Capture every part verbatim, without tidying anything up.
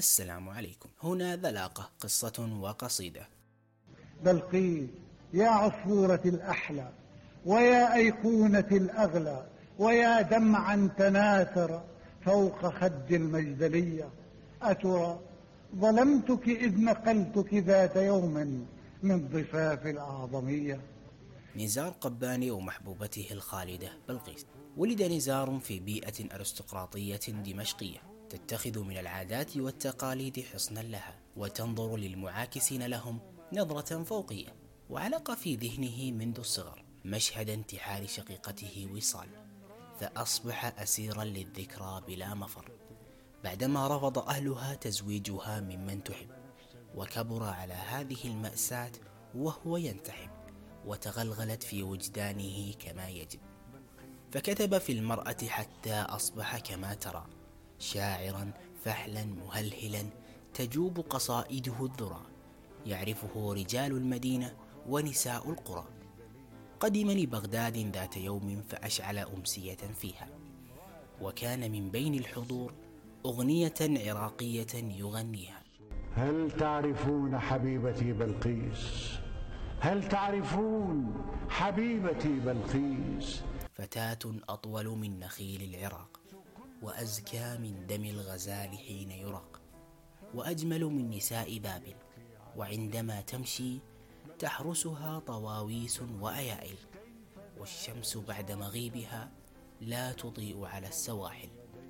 السلام عليكم. هنا ذلاقة، قصة وقصيدة. بلقيس يا عصفورة الأحلى، ويا أيقونة الأغلى، ويا دمعا تناثر فوق خد المجدلية، أترى ظلمتك إذ نقلتك ذات يوم من ضفاف الأعظمية. نزار قباني ومحبوبته الخالدة بلقيس. ولد نزار في بيئة أرستقراطية دمشقية تتخذ من العادات والتقاليد حصنا لها، وتنظر للمعاكسين لهم نظرة فوقية. وعلق في ذهنه منذ الصغر مشهد انتحار شقيقته وصال، فأصبح أسيرا للذكرى بلا مفر بعدما رفض أهلها تزويجها ممن تحب، وكبر على هذه المأساة وهو ينتحب، وتغلغلت في وجدانه كما يجب. فكتب في المرأة حتى أصبح كما ترى، شاعرا فحلا مهلهلا تجوب قصائده الذرى، يعرفه رجال المدينة ونساء القرى. قدم لبغداد ذات يوم فأشعل أمسية فيها، وكان من بين الحضور أغنية عراقية يغنيها: هل تعرفون حبيبتي بلقيس؟ هل تعرفون حبيبتي بلقيس؟ فتاة أطول من نخيل العراق، وأزكى من دم الغزال حين يراق، وأجمل من نساء بابل، وعندما تمشي تحرسها طواويس وأيائل، والشمس بعد مغيبها لا تضيء على السواحل.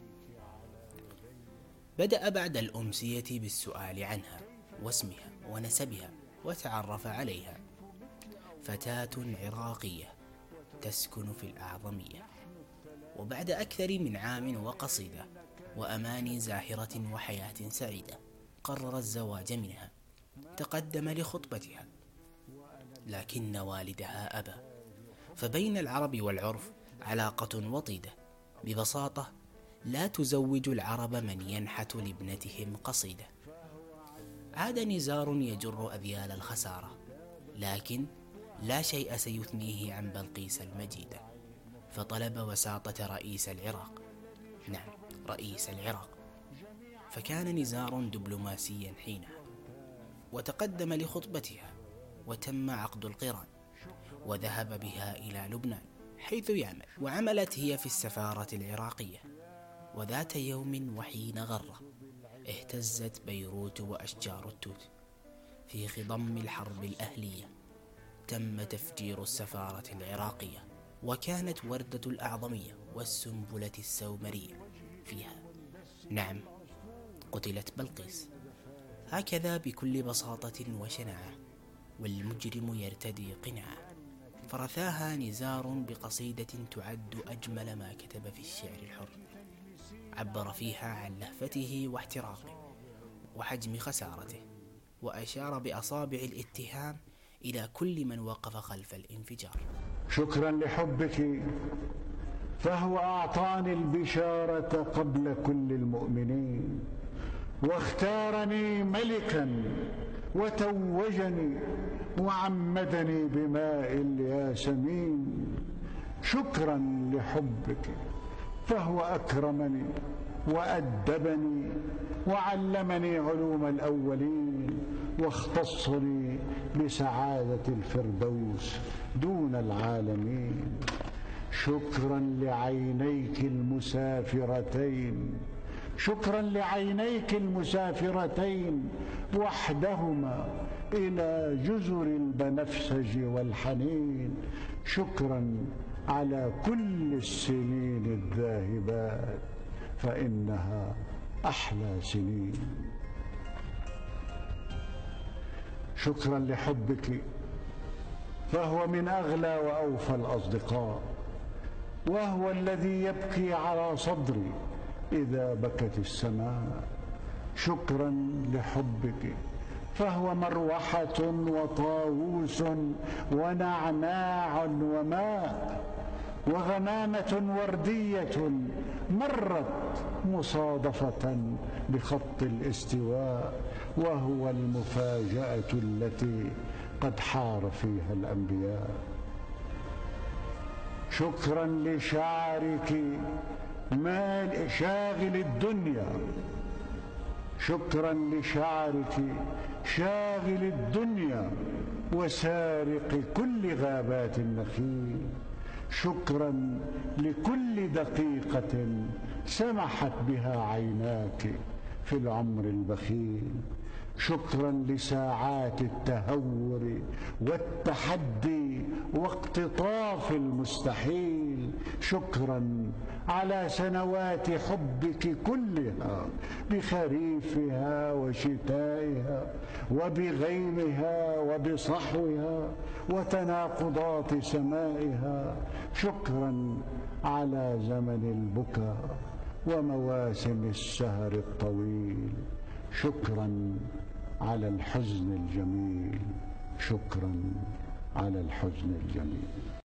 بدأ بعد الأمسية بالسؤال عنها واسمها ونسبها، وتعرف عليها: فتاة عراقية تسكن في الأعظمية. وبعد أكثر من عام وقصيدة وأماني زاهرة وحياة سعيدة قرر الزواج منها. تقدم لخطبتها، لكن والدها أبى، فبين العرب والعرف علاقة وطيدة. ببساطة، لا تزوج العرب من ينحت لابنتهم قصيدة. عاد نزار يجر أذيال الخسارة، لكن لا شيء سيثنيه عن بلقيس المجيدة، فطلب وساطة رئيس العراق. نعم، رئيس العراق. فكان نزار دبلوماسيا حينها، وتقدم لخطبتها، وتم عقد القران، وذهب بها إلى لبنان حيث يعمل. وعملت هي في السفارة العراقية. وذات يوم وحين غرة اهتزت بيروت وأشجار التوت في خضم الحرب الأهلية. تم تفجير السفارة العراقية، وكانت وردة الأعظمية والسنبلة السومرية فيها. نعم، قتلت بلقيس. هكذا بكل بساطة وشناعة، والمجرم يرتدي قناعة. فرثاها نزار بقصيدة تعد أجمل ما كتب في الشعر الحر. عبر فيها عن لهفته واحتراقه وحجم خسارته، وأشار بأصابع الاتهام إلى كل من وقف خلف الانفجار. شكرا لحبك، فهو أعطاني البشارة قبل كل المؤمنين، واختارني ملكا وتوجني وعمدني بماء الياسمين. شكرا لحبك، فهو أكرمني وأدبني وعلمني علوم الأولين، واختصني بسعادة الفردوس دون العالمين. شكرا لعينيك المسافرتين، شكرا لعينيك المسافرتين وحدهما إلى جزر البنفسج والحنين. شكرا على كل السنين الذاهبات، فإنها أحلى سنين. شكرا لحبك، فهو من أغلى وأوفى الأصدقاء، وهو الذي يبكي على صدري إذا بكت السماء. شكرا لحبك، فهو مروحة وطاووس ونعناع وماء، وغمامة وردية مرت مصادفة بخط الاستواء، وهو المفاجأة التي قد حار فيها الأنبياء. شكرا لشعرك مال شاغل الدنيا، شكرا لشعرك شاغل الدنيا وسارق كل غابات النخيل، شكرا لكل دقيقة سمحت بها عيناك في العمر البخيل، شكرا لساعات التهور والتحدي واقتطاف المستحيل، شكرا على سنوات حبك كلها بخريفها وشتائها وبغيمها وبصحوها وتناقضات سمائها، شكرا على زمن البكاء ومواسم السهر الطويل، شكرا على الحزن الجميل، شكرا على الحزن الجميل.